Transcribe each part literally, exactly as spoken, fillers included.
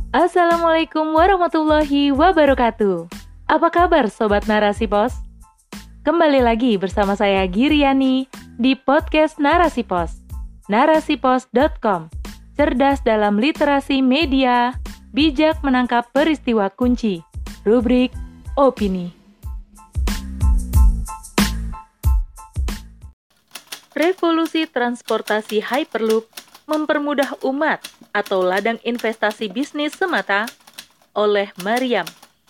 Assalamualaikum warahmatullahi wabarakatuh. Apa kabar Sobat Narasi Pos? Kembali lagi bersama saya Giriani di podcast Narasi Pos, narasipos dot com. Cerdas dalam literasi media, bijak menangkap peristiwa kunci. Rubrik Opini. Revolusi transportasi Hyperloop mempermudah umat atau ladang investasi bisnis semata, oleh Maryam.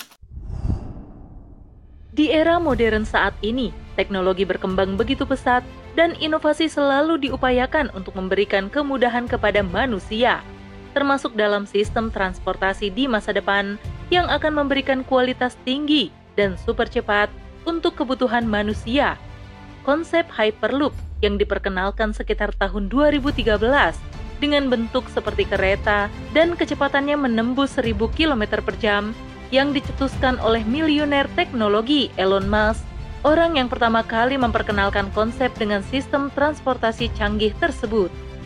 Di era modern saat ini, teknologi berkembang begitu pesat dan inovasi selalu diupayakan untuk memberikan kemudahan kepada manusia, termasuk dalam sistem transportasi di masa depan yang akan memberikan kualitas tinggi dan super cepat untuk kebutuhan manusia. Konsep Hyperloop yang diperkenalkan sekitar tahun dua ribu tiga belas dengan bentuk seperti kereta dan kecepatannya menembus seribu kilometer per jam yang dicetuskan oleh miliuner teknologi Elon Musk, orang yang pertama kali memperkenalkan konsep dengan sistem transportasi canggih tersebut.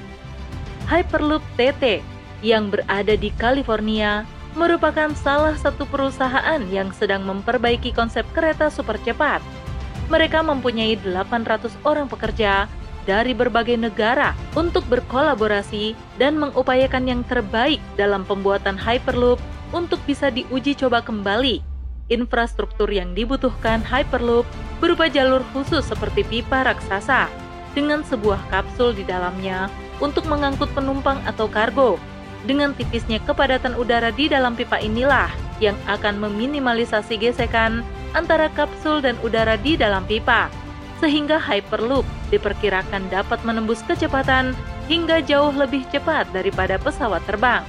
Hyperloop T T yang berada di California merupakan salah satu perusahaan yang sedang memperbaiki konsep kereta super cepat. Mereka mempunyai delapan ratus orang pekerja dari berbagai negara untuk berkolaborasi dan mengupayakan yang terbaik dalam pembuatan Hyperloop untuk bisa diuji coba kembali. Infrastruktur yang dibutuhkan Hyperloop berupa jalur khusus seperti pipa raksasa dengan sebuah kapsul di dalamnya untuk mengangkut penumpang atau kargo. Dengan tipisnya kepadatan udara di dalam pipa inilah yang akan meminimalisasi gesekan antara kapsul dan udara di dalam pipa, sehingga Hyperloop diperkirakan dapat menembus kecepatan hingga jauh lebih cepat daripada pesawat terbang.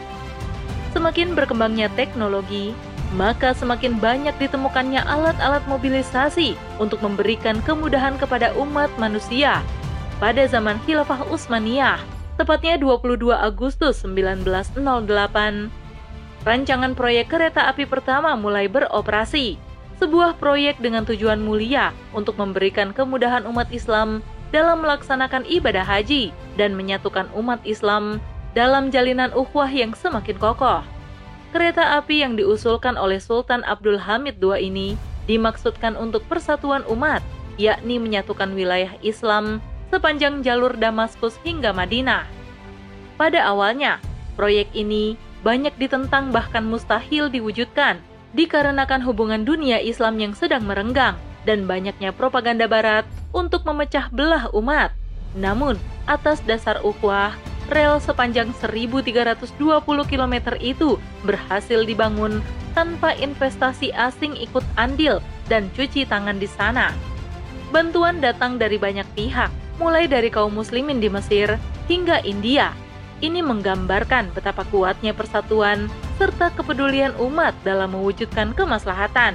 Semakin berkembangnya teknologi, maka semakin banyak ditemukannya alat-alat mobilisasi untuk memberikan kemudahan kepada umat manusia. Pada zaman Khilafah Utsmaniyah, tepatnya dua puluh dua Agustus seribu sembilan ratus delapan, rancangan proyek kereta api pertama mulai beroperasi. Sebuah proyek dengan tujuan mulia untuk memberikan kemudahan umat Islam dalam melaksanakan ibadah haji dan menyatukan umat Islam dalam jalinan ukhuwah yang semakin kokoh. Kereta api yang diusulkan oleh Sultan Abdul Hamid kedua ini dimaksudkan untuk persatuan umat, yakni menyatukan wilayah Islam sepanjang jalur Damaskus hingga Madinah. Pada awalnya, proyek ini banyak ditentang bahkan mustahil diwujudkan dikarenakan hubungan dunia Islam yang sedang merenggang dan banyaknya propaganda barat untuk memecah belah umat. Namun, atas dasar ukhuwah, rel sepanjang seribu tiga ratus dua puluh kilometer itu berhasil dibangun tanpa investasi asing ikut andil dan cuci tangan di sana. Bantuan datang dari banyak pihak, mulai dari kaum muslimin di Mesir hingga India. Ini menggambarkan betapa kuatnya persatuan serta kepedulian umat dalam mewujudkan kemaslahatan.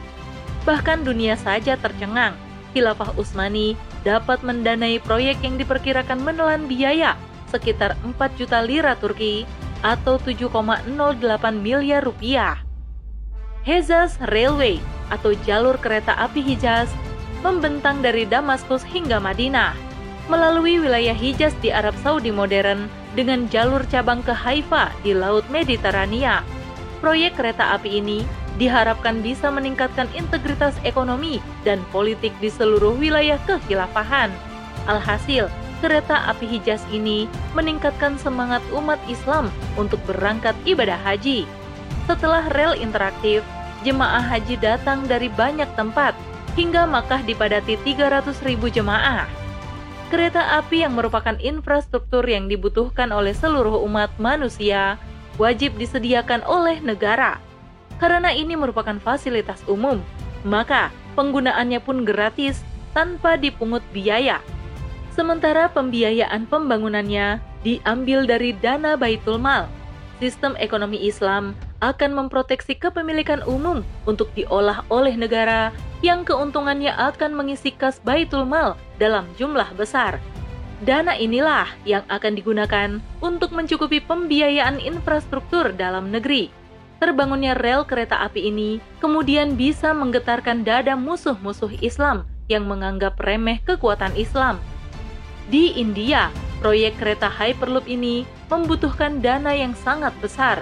Bahkan dunia saja tercengang, Khilafah Utsmani dapat mendanai proyek yang diperkirakan menelan biaya sekitar empat juta lira Turki atau tujuh koma nol delapan miliar rupiah. Hejaz Railway atau jalur kereta api Hijaz membentang dari Damaskus hingga Madinah melalui wilayah Hijaz di Arab Saudi modern dengan jalur cabang ke Haifa di Laut Mediterania. Proyek kereta api ini diharapkan bisa meningkatkan integritas ekonomi dan politik di seluruh wilayah kekhilafahan. Alhasil, kereta api Hijaz ini meningkatkan semangat umat Islam untuk berangkat ibadah haji. Setelah rel interaktif, jemaah haji datang dari banyak tempat hingga Makkah dipadati tiga ratus ribu jemaah. Kereta api yang merupakan infrastruktur yang dibutuhkan oleh seluruh umat manusia wajib disediakan oleh negara. Karena ini merupakan fasilitas umum, maka penggunaannya pun gratis tanpa dipungut biaya. Sementara pembiayaan pembangunannya diambil dari dana Baitul Mal. Sistem ekonomi Islam akan memproteksi kepemilikan umum untuk diolah oleh negara yang keuntungannya akan mengisi kas Baitul Mal dalam jumlah besar. Dana inilah yang akan digunakan untuk mencukupi pembiayaan infrastruktur dalam negeri. Terbangunnya rel kereta api ini kemudian bisa menggetarkan dada musuh-musuh Islam yang menganggap remeh kekuatan Islam. Di India, proyek kereta Hyperloop ini membutuhkan dana yang sangat besar.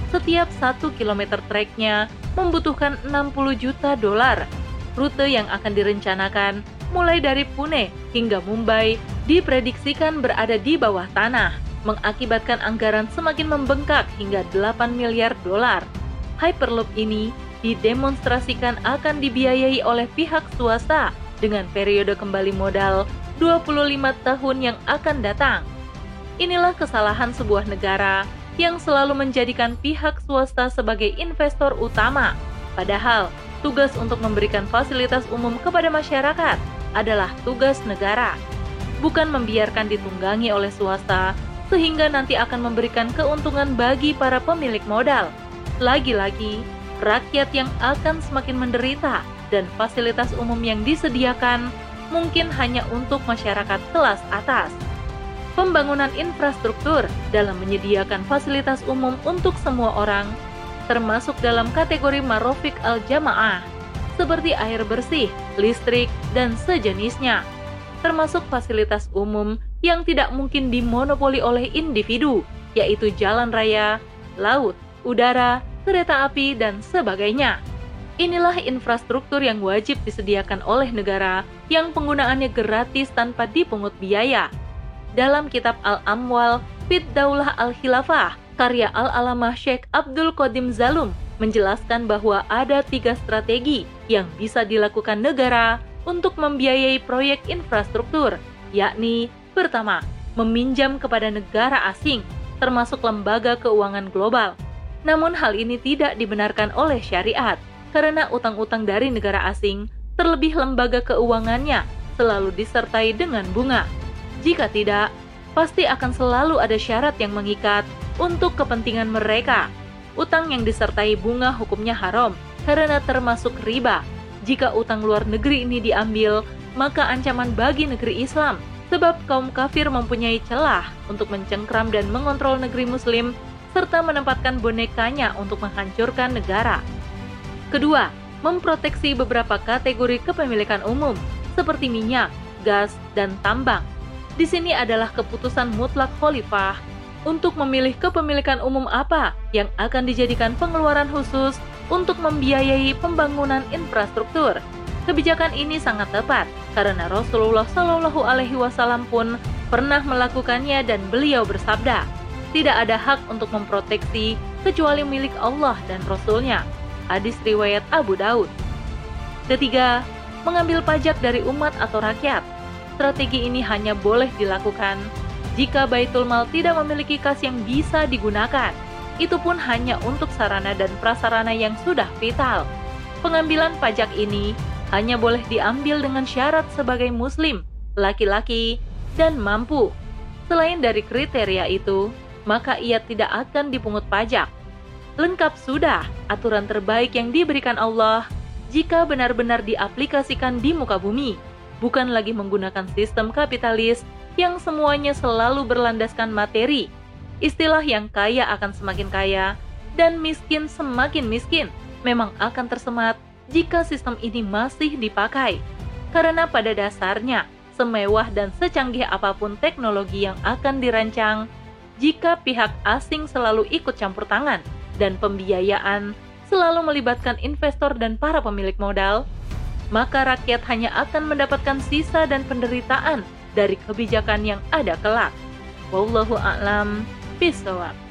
Setiap satu kilometer treknya membutuhkan enam puluh juta dolar. Rute yang akan direncanakan mulai dari Pune hingga Mumbai diprediksikan berada di bawah tanah, mengakibatkan anggaran semakin membengkak hingga delapan miliar dolar. Hyperloop ini didemonstrasikan akan dibiayai oleh pihak swasta dengan periode kembali modal dua puluh lima tahun yang akan datang. Inilah kesalahan sebuah negara yang selalu menjadikan pihak swasta sebagai investor utama. Padahal, tugas untuk memberikan fasilitas umum kepada masyarakat adalah tugas negara, bukan membiarkan ditunggangi oleh swasta sehingga nanti akan memberikan keuntungan bagi para pemilik modal. Lagi-lagi, rakyat yang akan semakin menderita dan fasilitas umum yang disediakan mungkin hanya untuk masyarakat kelas atas. Pembangunan infrastruktur dalam menyediakan fasilitas umum untuk semua orang termasuk dalam kategori Marafiq al-Jamaah, seperti air bersih, listrik, dan sejenisnya, termasuk fasilitas umum yang tidak mungkin dimonopoli oleh individu, yaitu jalan raya, laut, udara, kereta api, dan sebagainya. Inilah infrastruktur yang wajib disediakan oleh negara yang penggunaannya gratis tanpa dipungut biaya. Dalam kitab Al-Amwal Fid Daulah Al-Khilafah, karya Al-Alamah Syekh Abdul Qadim Zalum menjelaskan bahwa ada tiga strategi yang bisa dilakukan negara untuk membiayai proyek infrastruktur, yakni pertama, meminjam kepada negara asing, termasuk lembaga keuangan global. Namun hal ini tidak dibenarkan oleh syariat, karena utang-utang dari negara asing, terlebih lembaga keuangannya, selalu disertai dengan bunga. Jika tidak, pasti akan selalu ada syarat yang mengikat untuk kepentingan mereka. Utang yang disertai bunga hukumnya haram karena termasuk riba. Jika utang luar negeri ini diambil, maka ancaman bagi negeri Islam, sebab kaum kafir mempunyai celah untuk mencengkram dan mengontrol negeri muslim serta menempatkan bonekanya untuk menghancurkan negara. Kedua, memproteksi beberapa kategori kepemilikan umum seperti minyak, gas, dan tambang. Di sini adalah keputusan mutlak khalifah untuk memilih kepemilikan umum apa yang akan dijadikan pengeluaran khusus untuk membiayai pembangunan infrastruktur. Kebijakan ini sangat tepat karena Rasulullah Shallallahu Alaihi Wasallam pun pernah melakukannya dan beliau bersabda, tidak ada hak untuk memproteksi kecuali milik Allah dan Rasul-Nya. Hadis riwayat Abu Daud. Ketiga, mengambil pajak dari umat atau rakyat. Strategi ini hanya boleh dilakukan jika Baitul Mal tidak memiliki kas yang bisa digunakan. Itu pun hanya untuk sarana dan prasarana yang sudah vital. Pengambilan pajak ini hanya boleh diambil dengan syarat sebagai muslim, laki-laki, dan mampu. Selain dari kriteria itu, maka ia tidak akan dipungut pajak. Lengkap sudah aturan terbaik yang diberikan Allah jika benar-benar diaplikasikan di muka bumi, bukan lagi menggunakan sistem kapitalis yang semuanya selalu berlandaskan materi. Istilah yang kaya akan semakin kaya dan miskin semakin miskin memang akan tersemat jika sistem ini masih dipakai. Karena pada dasarnya, semewah dan secanggih apapun teknologi yang akan dirancang, jika pihak asing selalu ikut campur tangan dan pembiayaan selalu melibatkan investor dan para pemilik modal, maka rakyat hanya akan mendapatkan sisa dan penderitaan dari kebijakan yang ada kelak. Wallahu a'lam bishawab.